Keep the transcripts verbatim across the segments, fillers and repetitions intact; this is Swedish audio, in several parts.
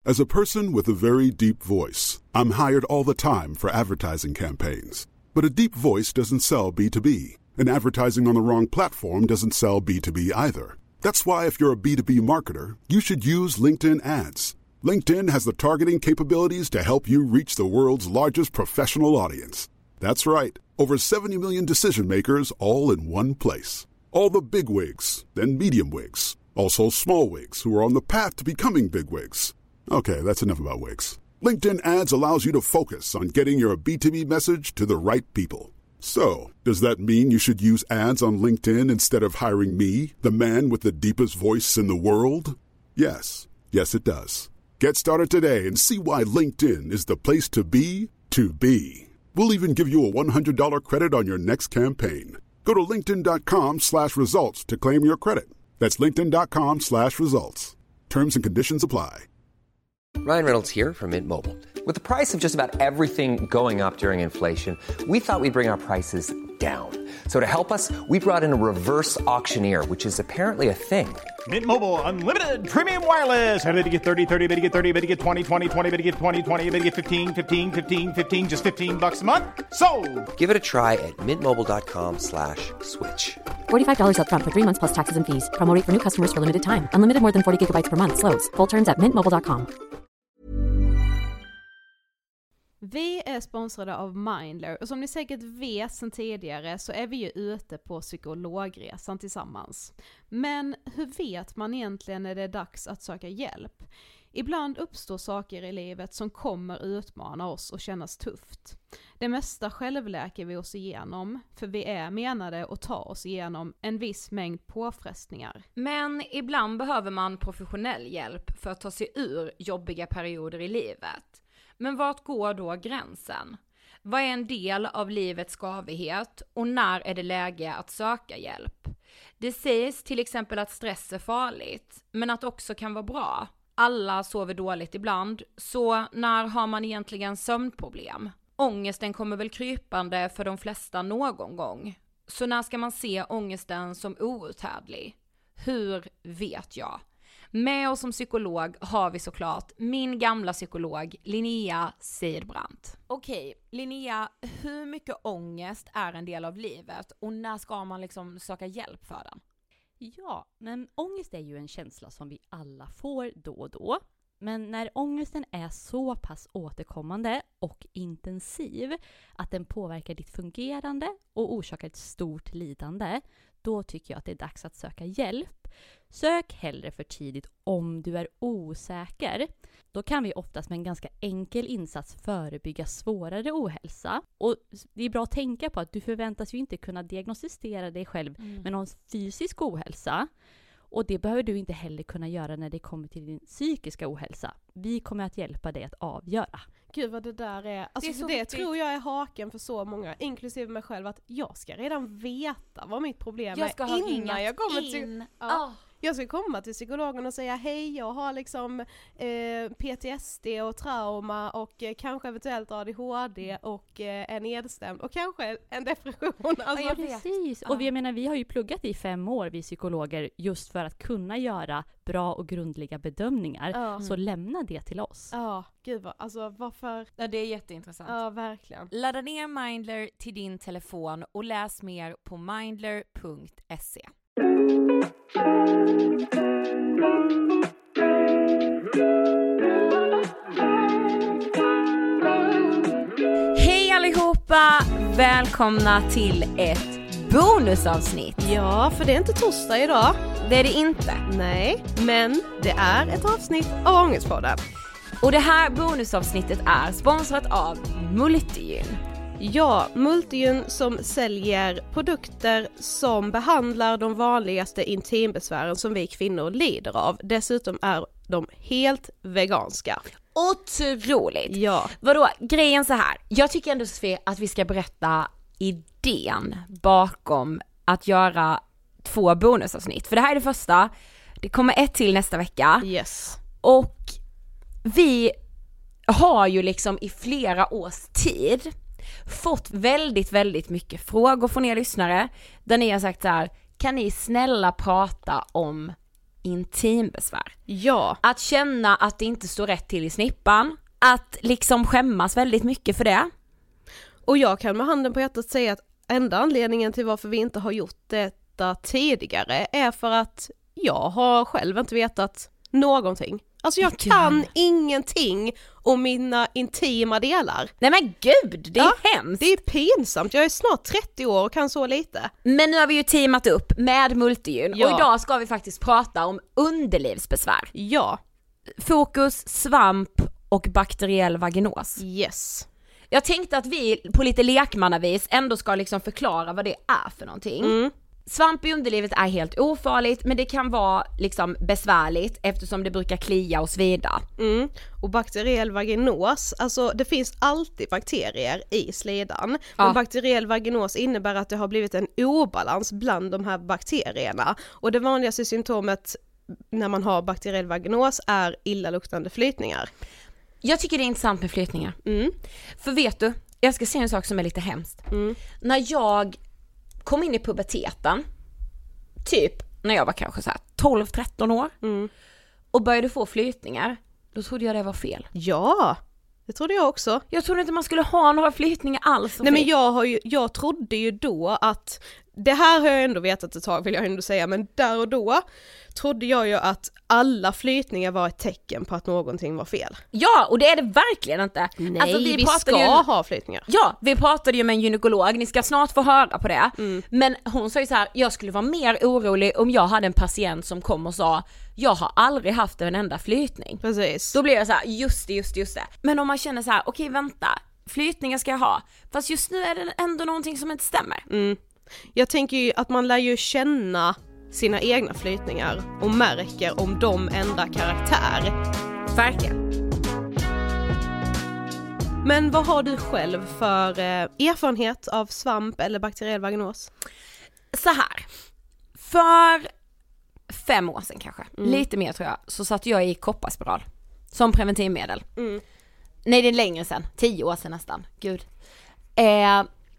As a person with a very deep voice, I'm hired all the time for advertising campaigns. But a deep voice doesn't sell B two B, and advertising on the wrong platform doesn't sell B two B either. That's why if you're a B two B marketer, you should use LinkedIn ads. LinkedIn has the targeting capabilities to help you reach the world's largest professional audience. That's right, over seventy million decision makers all in one place. All the big wigs, then medium wigs, also small wigs who are on the path to becoming big wigs. Okay, that's enough about wigs. LinkedIn ads allows you to focus on getting your B two B message to the right people. So, does that mean you should use ads on LinkedIn instead of hiring me, the man with the deepest voice in the world? Yes. Yes, it does. Get started today and see why LinkedIn is the place to be to be. We'll even give you a one hundred dollars credit on your next campaign. Go to linkedin.com slash results to claim your credit. That's linkedin.com slash results. Terms and conditions apply. Ryan Reynolds here from Mint Mobile. With the price of just about everything going up during inflation, we thought we'd bring our prices down. So to help us, we brought in a reverse auctioneer, which is apparently a thing. Mint Mobile Unlimited Premium Wireless. How to get thirty, thirty, how to get thirty, how to get twenty, twenty, twenty, how to get twenty, twenty, how to get fifteen, fifteen, fifteen, fifteen, just fifteen bucks a month? Sold! Give it a try at mintmobile.com slash switch. forty-five dollars up front for three months plus taxes and fees. Promo rate for new customers for limited time. Unlimited more than forty gigabytes per month. Slows full terms at mint mobile dot com. Vi är sponsrade av Mindler och som ni säkert vet sedan tidigare så är vi ju ute på psykologresan tillsammans. Men hur vet man egentligen när det är dags att söka hjälp? Ibland uppstår saker i livet som kommer utmana oss och kännas tufft. Det mesta självläker vi oss igenom för vi är menade att ta oss igenom en viss mängd påfrestningar. Men ibland behöver man professionell hjälp för att ta sig ur jobbiga perioder i livet. Men vart går då gränsen? Vad är en del av livets skavighet och när är det läge att söka hjälp? Det sägs till exempel att stress är farligt, men att också kan vara bra. Alla sover dåligt ibland, så när har man egentligen sömnproblem? Ångesten kommer väl krypande för de flesta någon gång. Så när ska man se ångesten som outhärdlig? Hur vet jag? Med oss som psykolog har vi såklart min gamla psykolog Linnea Seidbrant. Okej, Linnea, hur mycket ångest är en del av livet och när ska man liksom söka hjälp för den? Ja, men ångest är ju en känsla som vi alla får då och då. Men när ångesten är så pass återkommande och intensiv att den påverkar ditt fungerande och orsakar ett stort lidande, då tycker jag att det är dags att söka hjälp. Sök hellre för tidigt om du är osäker. Då kan vi oftast med en ganska enkel insats förebygga svårare ohälsa. Och det är bra att tänka på att du förväntas ju inte kunna diagnostisera dig själv mm. med någon fysisk ohälsa. Och det behöver du inte heller kunna göra när det kommer till din psykiska ohälsa. Vi kommer att hjälpa dig att avgöra. Gud vad det där är. Alltså det, är det tror jag är haken för så många, inklusive mig själv, att jag ska redan veta vad mitt problem jag ska är ha innan jag kommer in. till... Ja. Oh. Jag ska komma till psykologen och säga hej, jag har liksom eh, P T S D och trauma och eh, kanske eventuellt A D H D och eh, är nedstämd och kanske en depression. Alltså. Ja, precis. Och vi, jag menar, vi har ju pluggat i fem år, vi psykologer, just för att kunna göra bra och grundliga bedömningar. Ja. Så lämna det till oss. Ja, gud vad, alltså varför? Ja, det är jätteintressant. Ja, verkligen. Ladda ner Mindler till din telefon och läs mer på mindler punkt se. Hej allihopa! Välkomna till ett bonusavsnitt. Ja, för det är inte torsdag idag. Det är det inte. Nej, men det är ett avsnitt av Ångestpodden. Och det här bonusavsnittet är sponsrat av Multigyn. Ja, Multigyn som säljer produkter som behandlar de vanligaste intimbesvären som vi kvinnor lider av. Dessutom är de helt veganska. Otroligt! Ja. Vadå, grejen så här. Jag tycker ändå, Sofie, att vi ska berätta idén bakom att göra två bonusavsnitt. För det här är det första. Det kommer ett till nästa vecka. Yes. Och vi har ju liksom i flera års tid fått väldigt, väldigt mycket frågor från er lyssnare där ni har sagt så här: kan ni snälla prata om intimbesvär. Ja. Att känna att det inte står rätt till i snippan. Att liksom skämmas väldigt mycket för det. Och jag kan med handen på hjärtat säga att enda anledningen till varför vi inte har gjort detta tidigare är för att jag har själv inte vetat någonting. Alltså jag kan ingenting om mina intima delar. Nej men gud, det är ja, hemskt. Det är pinsamt, jag är snart trettio år och kan så lite. Men nu har vi ju teamat upp med Multigyn ja. och idag ska vi faktiskt prata om underlivsbesvär. Ja. Fokus, svamp och bakteriell vaginos. Yes. Jag tänkte att vi på lite lekmannavis ändå ska liksom förklara vad det är för någonting. Mm. Svamp i underlivet är helt ofarligt, men det kan vara liksom besvärligt eftersom det brukar klia och svida. Mm. Och bakteriell vaginos, alltså det finns alltid bakterier i slidan. Ja. Men bakteriell vaginos innebär att det har blivit en obalans bland de här bakterierna. Och det vanligaste symptomet när man har bakteriell vaginos är illaluktande flytningar. Jag tycker det är intressant med flytningar. Mm. För vet du, jag ska säga en sak som är lite hemskt. Mm. När jag kom in i puberteten, typ när jag var kanske så här tolv tretton år mm. och började få flytningar, då trodde jag det var fel. Ja, det trodde jag också. Jag trodde inte man skulle ha några flytningar alls. Nej men jag, har ju, jag trodde ju då att, det här har jag ändå vetat ett tag vill jag ändå säga, men där och då trodde jag ju att alla flytningar var ett tecken på att någonting var fel. Ja, och det är det verkligen inte. Nej, alltså, vi, vi ska ju, ha flytningar. Ja, vi pratade ju med en gynekolog, ni ska snart få höra på det. Mm. Men hon sa ju så här, jag skulle vara mer orolig om jag hade en patient som kom och sa, jag har aldrig haft en enda flytning. Precis. Då blir jag så här, just det, just det, just det. Men om man känner så här, okej vänta, flytningar ska jag ha. Fast just nu är det ändå någonting som inte stämmer. Mm. Jag tänker ju att man lär ju känna sina egna flytningar och märker om de ändrar karaktär. Verkligen. Men vad har du själv för eh, erfarenhet av svamp eller bakteriell vaginos? Så här. För fem år sedan kanske, mm. lite mer tror jag, så satt jag i kopparspiral som preventivmedel. Mm. Nej, det är längre sedan, tio år sedan nästan. Gud. Eh,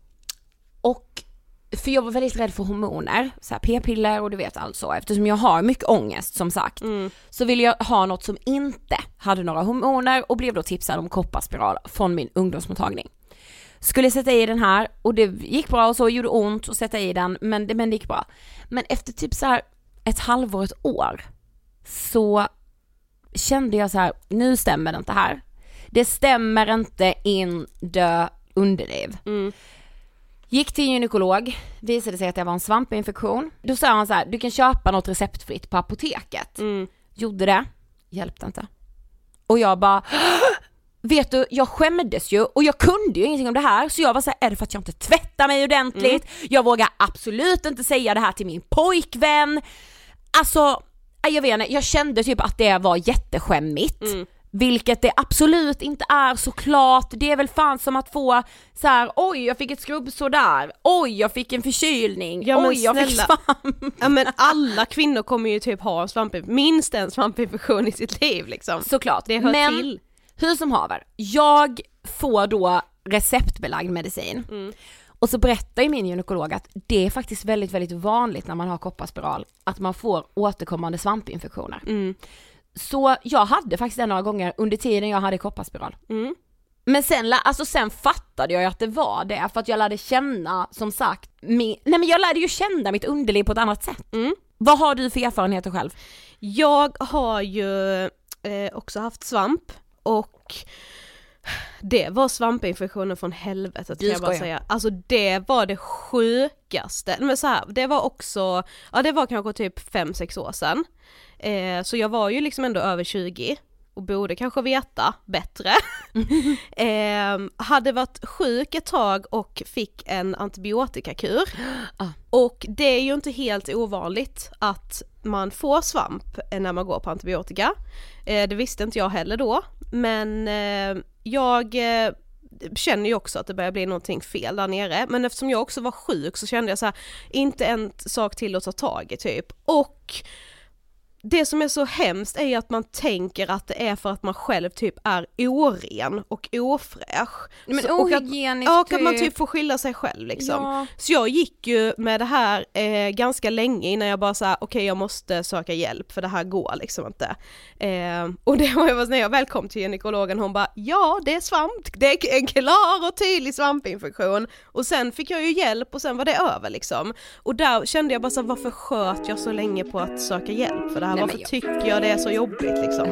och för jag var väldigt rädd för hormoner, så här p-piller och du vet allt så. Eftersom jag har mycket ångest som sagt, mm. så ville jag ha något som inte hade några hormoner och blev då tipsad om kopparspiral från min ungdomsmottagning. Skulle sätta i den här och det gick bra och så, gjorde ont att sätta i den, men det, men det gick bra. Men efter typ så här ett halvår, ett år så kände jag så här, nu stämmer det inte här. Det stämmer inte in dö underliv. Mm. Gick till en gynekolog, visade sig att det var en svampinfektion. Då sa han så här, du kan köpa något receptfritt på apoteket. Mm. Gjorde det, hjälpte inte. Och jag bara, vet du, jag skämdes ju och jag kunde ju ingenting om det här. Så jag var så här, är det för att jag inte tvättar mig ordentligt? Mm. Jag vågar absolut inte säga det här till min pojkvän. Alltså, jag vet inte, jag kände typ att det var jätteskämmigt. Mm. Vilket det absolut inte är, såklart. Det är väl fan som att få så här: oj jag fick ett skrubbsår där, oj jag fick en förkylning, ja, oj jag fick svamp. Ja men alla kvinnor kommer ju typ ha svamp, minst en svampinfektion i sitt liv liksom. Såklart, det hör men till. Hur som haver, jag får då receptbelagd medicin. Mm. Och så berättar ju min gynekolog att det är faktiskt väldigt väldigt vanligt när man har kopparspiral att man får återkommande svampinfektioner. Mm. Så jag hade faktiskt det några gånger under tiden jag hade kopparspiral. Mm. Men sen, alltså sen fattade jag att det var det, för att jag lärde känna, som sagt, min, nej men jag lärde ju känna mitt underliv på ett annat sätt. Mm. Vad har du för erfarenheter själv? Jag har ju eh, också haft svamp och det var svampinfektioner från helvetet kan jag bara säga. Alltså det var det sjukaste. Men så här, det var också, ja det var kanske typ fem sex år sedan. Eh, så jag var ju liksom ändå över tjugo och borde kanske veta bättre. eh, hade varit sjuk ett tag och fick en antibiotikakur. Ah. Och det är ju inte helt ovanligt att man får svamp när man går på antibiotika. Eh, det visste inte jag heller då. Men eh, jag eh, känner ju också att det börjar bli någonting fel där nere. Men eftersom jag också var sjuk så kände jag så här, inte en sak till att ta tag i typ. Och det som är så hemskt är ju att man tänker att det är för att man själv typ är oren och ofräsch. Men så, och att, ja, och att man typ får skylla sig själv liksom. Ja. Så jag gick ju med det här eh, ganska länge innan jag bara sa okej okay, jag måste söka hjälp för det här går liksom inte. Eh, och det var när jag väl kom till gynekologen, hon bara ja det är svamp, det är en klar och tydlig svampinfektion. Och sen fick jag ju hjälp och sen var det över liksom. Och där kände jag bara så varför sköt jag så länge på att söka hjälp för det här? Nej, varför jag... tycker jag det är så jobbigt liksom?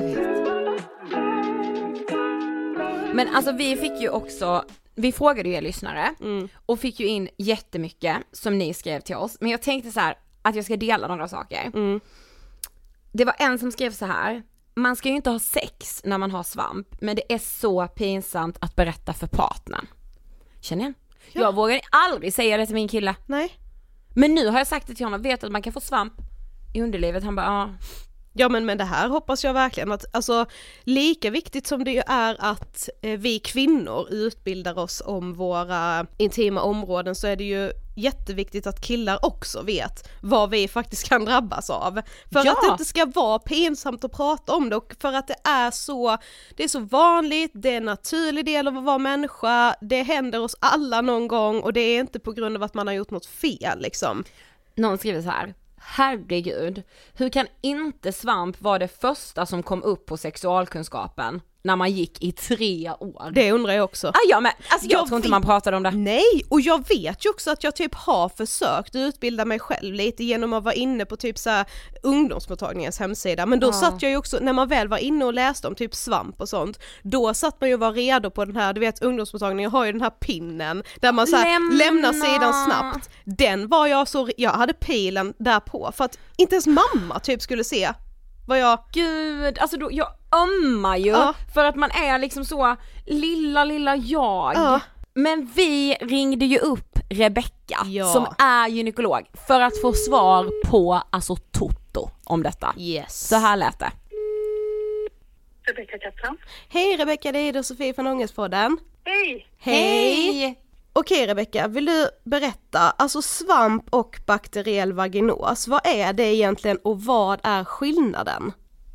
Men alltså vi fick ju också, vi frågade ju er lyssnare mm. och fick ju in jättemycket som ni skrev till oss. Men jag tänkte så här att jag ska dela några saker. Mm. Det var en som skrev så här: man ska ju inte ha sex när man har svamp, men det är så pinsamt att berätta för partnern. Känner jag? Ja. Jag vågar aldrig säga det till min kille. Nej. Men nu har jag sagt det till honom, vet att man kan få svamp i underlivet. Han bara, ja. Ja men, men det här hoppas jag verkligen att, alltså lika viktigt som det ju är att eh, vi kvinnor utbildar oss om våra intima områden, så är det ju jätteviktigt att killar också vet vad vi faktiskt kan drabbas av. För ja. att det inte ska vara pinsamt att prata om det, och för att det är så, det är så vanligt, det är en naturlig del av att vara människa, det händer oss alla någon gång och det är inte på grund av att man har gjort något fel liksom. Någon skriver så här: herregud, hur kan inte svamp vara det första som kom upp på sexualkunskapen när man gick i tre år? Det undrar jag också. Ah, ja, men, alltså, jag, jag tror inte man pratade om det. Nej, och jag vet ju också att jag typ har försökt utbilda mig själv lite genom att vara inne på typ så här ungdomsmottagningens hemsida. Men då ah. satt jag ju också, när man väl var inne och läste om typ svamp och sånt, då satt man ju och var redo på den här, du vet ungdomsmottagningen har ju den här pinnen där man så här Lämna. lämnar sidan snabbt. Den var jag så, jag hade pilen där på för att inte ens mamma typ skulle se vad jag... Gud, alltså då, jag ömmar ju ja. för att man är liksom så lilla, lilla jag. Ja. Men vi ringde ju upp Rebecka ja. som är gynekolog för att få svar på alltså Toto om detta. Yes. Så här lät det. Rebecka Kattan. Hej Rebecka, det är Ida och Sofie från Ångestpodden. Hej. Hej. Okej Rebecka, vill du berätta, alltså svamp och bakteriell vaginos, vad är det egentligen och vad är skillnaden?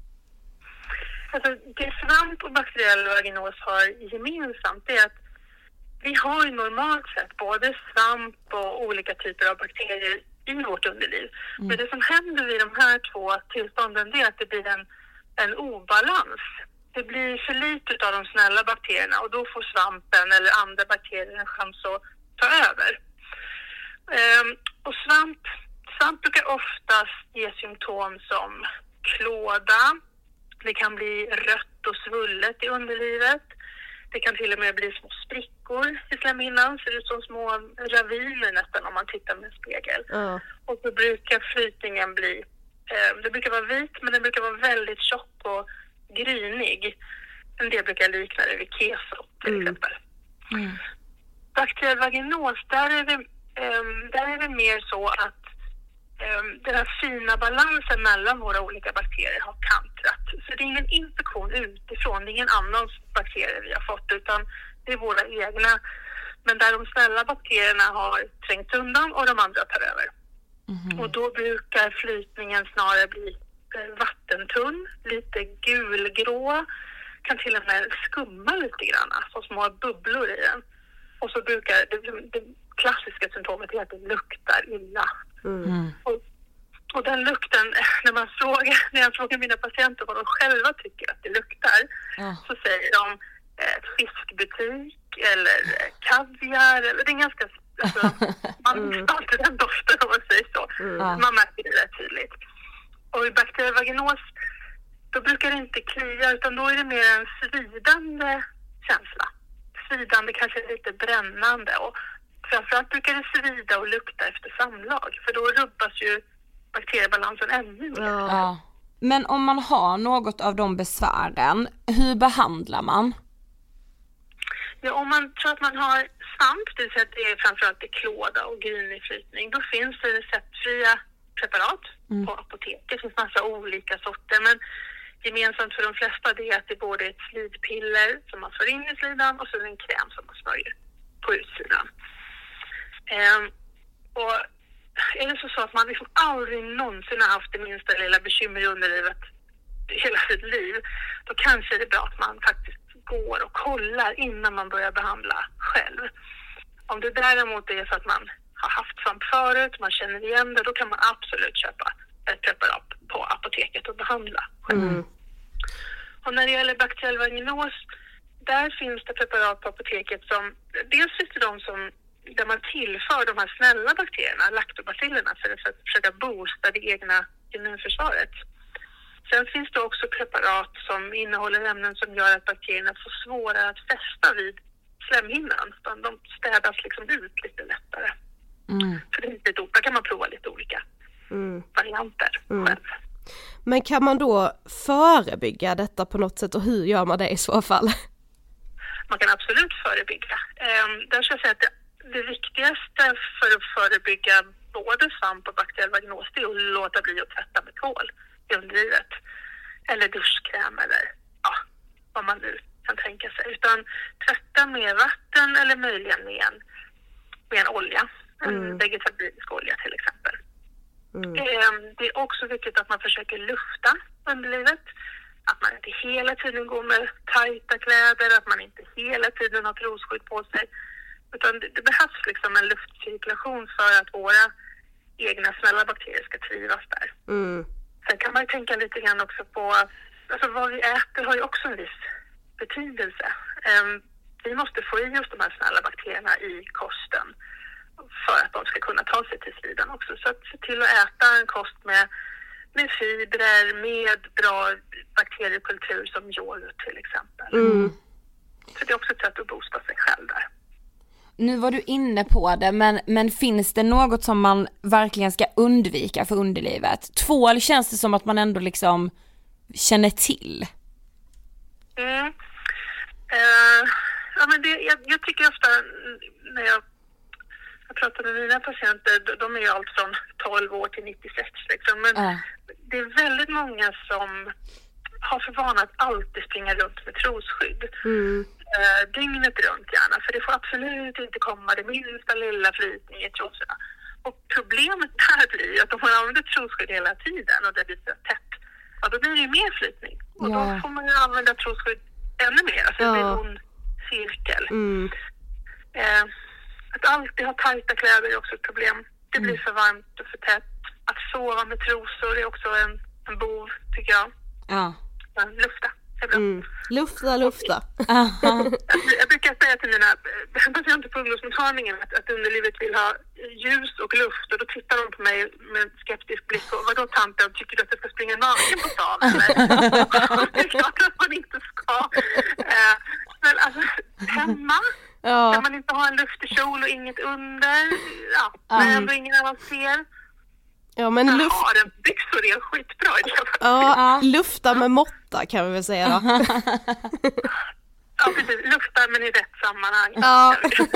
Alltså det svamp och bakteriell vaginos har gemensamt är att vi har ju normalt sett både svamp och olika typer av bakterier i vårt underliv. Mm. Men det som händer vid de här två tillstånden är att det blir en, en obalans. Det blir för lite av de snälla bakterierna och då får svampen eller andra bakterier en chans att ta över. Ehm, och svamp, svamp brukar oftast ge symptom som klåda. Det kan bli rött och svullet i underlivet. Det kan till och med bli små sprickor i slemhinnan. Ser ut som små raviner nästan om man tittar med en spegel. Mm. Och då brukar flytningen bli, eh, det brukar vara vit men den brukar vara väldigt tjock och grynig. En del brukar likna det vid keso till mm. exempel. Mm. Bakteriell vaginos, där är, det, um, där är det mer så att um, den här fina balansen mellan våra olika bakterier har kantrat. Så det är ingen infektion utifrån, det är ingen annans bakterier vi har fått utan det är våra egna. Men där de snälla bakterierna har trängt undan och de andra tar över. Mm. Och då brukar flytningen snarare bli vattentunn, lite gulgrå, kan till och med skumma lite grann, så små bubblor i den. Och så brukar det, det klassiska symptomet är att det luktar illa. Mm. Och, och den lukten, när man frågar, när jag frågar mina patienter vad de själva tycker att det luktar, mm. så säger de eh, fiskbutik eller eh, kaviar, eller det är ganska, alltså, man mm. alltid den doften om man säger så. Mm. Man märker det rätt tydligt. Och i bakteriell vaginos, då brukar det inte klia utan då är det mer en svidande känsla. Svidande, kanske lite brännande och framförallt brukar det svida och lukta efter samlag för då rubbas ju bakteriebalansen ännu mer. Ja. Men om man har något av de besvären, hur behandlar man? Ja, om man tror att man har svamp, det vill säga att det är framförallt är klåda och grynig flytning, då finns det receptfria preparat mm. på apoteket. Det finns massa olika sorter men gemensamt för de flesta det är att det både är ett slidpiller som man får in i slidan och så en kräm som man smörjer på utsidan. Ehm, och är det så, så att man liksom aldrig någonsin har haft det minsta lilla bekymmer i underlivet hela sitt liv, då kanske det är bra att man faktiskt går och kollar innan man börjar behandla själv. Om det däremot är så att man har haft svamp förut, man känner igen det, då kan man absolut köpa ett preparat på apoteket och behandla själv. Mm. Och när det gäller bakteriell vaginos, där finns det preparat på apoteket som, dels finns det de som, där man tillför de här snälla bakterierna, laktobacillerna, för att försöka boosta det egna immunförsvaret. Sen finns det också preparat som innehåller ämnen som gör att bakterierna får svårare att fästa vid slemhinnan. De städas liksom ut lite lättare. Mm. Så det är lite, där kan man prova lite olika mm. varianter mm. själv. Men kan man då förebygga detta på något sätt, och hur gör man det i så fall? Man kan absolut förebygga. Um, där ska jag säga att det, det viktigaste för att förebygga både svamp och bakteriell vaginos är att låta bli att tvätta med tvål i underlivet. Eller duschkräm eller ja, vad man nu kan tänka sig. Utan tvätta med vatten eller möjligen med en, med en olja. En mm. vegetabilisk olja till exempel. Mm. Det är också viktigt att man försöker lufta underlivet. Att man inte hela tiden går med tajta kläder. Att man inte hela tiden har trosskydd på sig. Utan det, det behövs liksom en luftcirkulation för att våra egna snälla bakterier ska trivas där. Mm. Sen kan man ju tänka lite grann också på, alltså vad vi äter har ju också en viss betydelse. Um, vi måste få i oss de här snälla bakterierna i kosten för att de ska kunna ta sig till slidan också. Så att se till att äta en kost med, med fibrer, med bra bakteriekultur som yoghurt till exempel. Mm. Så det är också ett sätt att boosta sig själv där. Nu var du inne på det, men, men finns det något som man verkligen ska undvika för underlivet? Tvål känns det som att man ändå liksom känner till. Mm. Uh, ja, men det, jag, jag tycker ofta när jag, jag pratar med mina patienter, de, de är ju allt från tolv år till nittiosex liksom, men uh. det är väldigt många som har för vana att alltid springa runt med trosskydd. Mm. Uh, dygnet runt gärna, för det får absolut inte komma det minsta lilla flytning i trosorna. Och problemet där blir ju att om man använder trosskydd hela tiden och det blir så tätt, ja, då blir det ju mer flytning. Och ja. Då får man ju använda trosskydd ännu mer, alltså ja. Det blir en ond cirkel. Mm. Uh, att alltid ha tajta kläder är också ett problem. Det blir mm. för varmt och för tätt. Att sova med trosor är också en, en bov, tycker jag. Ja. Men lufta. Mm. Lufta, lufta. Jag brukar säga till mina patienter på ungdomsmottagningen att, att underlivet vill ha ljus och luft, och då tittar de på mig med en skeptisk blick och vadå tante, tycker du att jag ska springa naken på stan eller? Det är klart att man inte ska. Men alltså, hemma ja. Kan man inte ha en luftig kjol och inget under, ja, när mm. ändå ingen annan ser. Ja, men luft... Ja, den byxor är skitbra i det här. Ja, lufta med måtta kan vi väl säga då. Ja, precis. Lufta men i rätt sammanhang. Ja.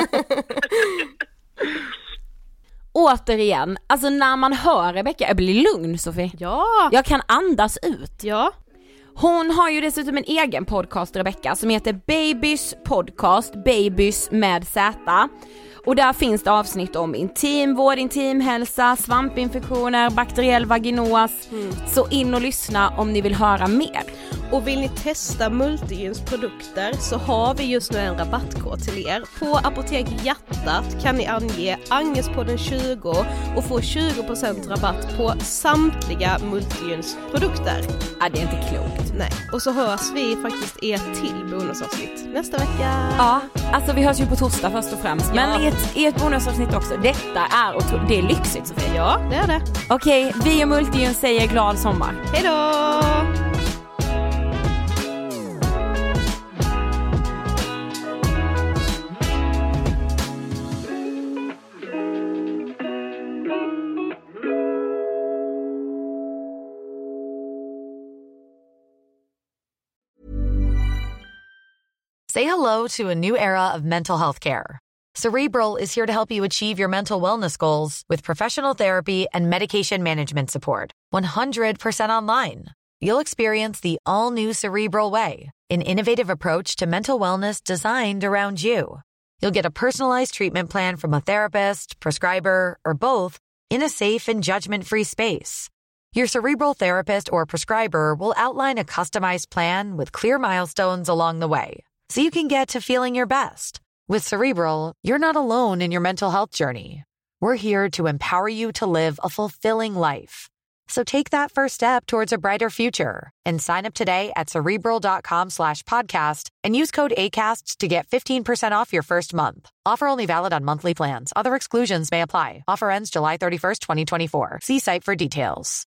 Återigen, alltså när man hör Rebecca, jag blir lugn, Sofie. Ja. Jag kan andas ut. Ja. Hon har ju dessutom en egen podcast, Rebecca, som heter Babys podcast, Babys med Z. Och där finns det avsnitt om intimvård, intimhälsa, svampinfektioner, bakteriell vaginos. Mm. Så in och lyssna om ni vill höra mer. Och vill ni testa Multigyns produkter så har vi just nu en rabattkod till er. På Apotek Hjärtat kan ni ange Angespodden tjugo och få tjugo procent rabatt på samtliga Multigyns produkter. Ja, det är inte klokt. Nej. Och så hörs vi faktiskt er till bonusavsnitt nästa vecka. Ja, alltså vi hörs ju på torsdag först och främst. Ja. Men i ett, i ett bonusavsnitt också. Detta är, otro- det är lyxigt, Sofie. Ja, det är det. Okej, okay, vi och Multigyn säger glad sommar. Hej då! Say hello to a new era of mental health care. Cerebral is here to help you achieve your mental wellness goals with professional therapy and medication management support. one hundred percent online. You'll experience the all-new Cerebral Way, an innovative approach to mental wellness designed around you. You'll get a personalized treatment plan from a therapist, prescriber, or both, in a safe and judgment-free space. Your Cerebral therapist or prescriber will outline a customized plan with clear milestones along the way, so you can get to feeling your best. With Cerebral, you're not alone in your mental health journey. We're here to empower you to live a fulfilling life. So take that first step towards a brighter future and sign up today at Cerebral.com slash podcast and use code ACAST to get fifteen percent off your first month. Offer only valid on monthly plans. Other exclusions may apply. Offer ends July thirty-first, twenty twenty-four. See site for details.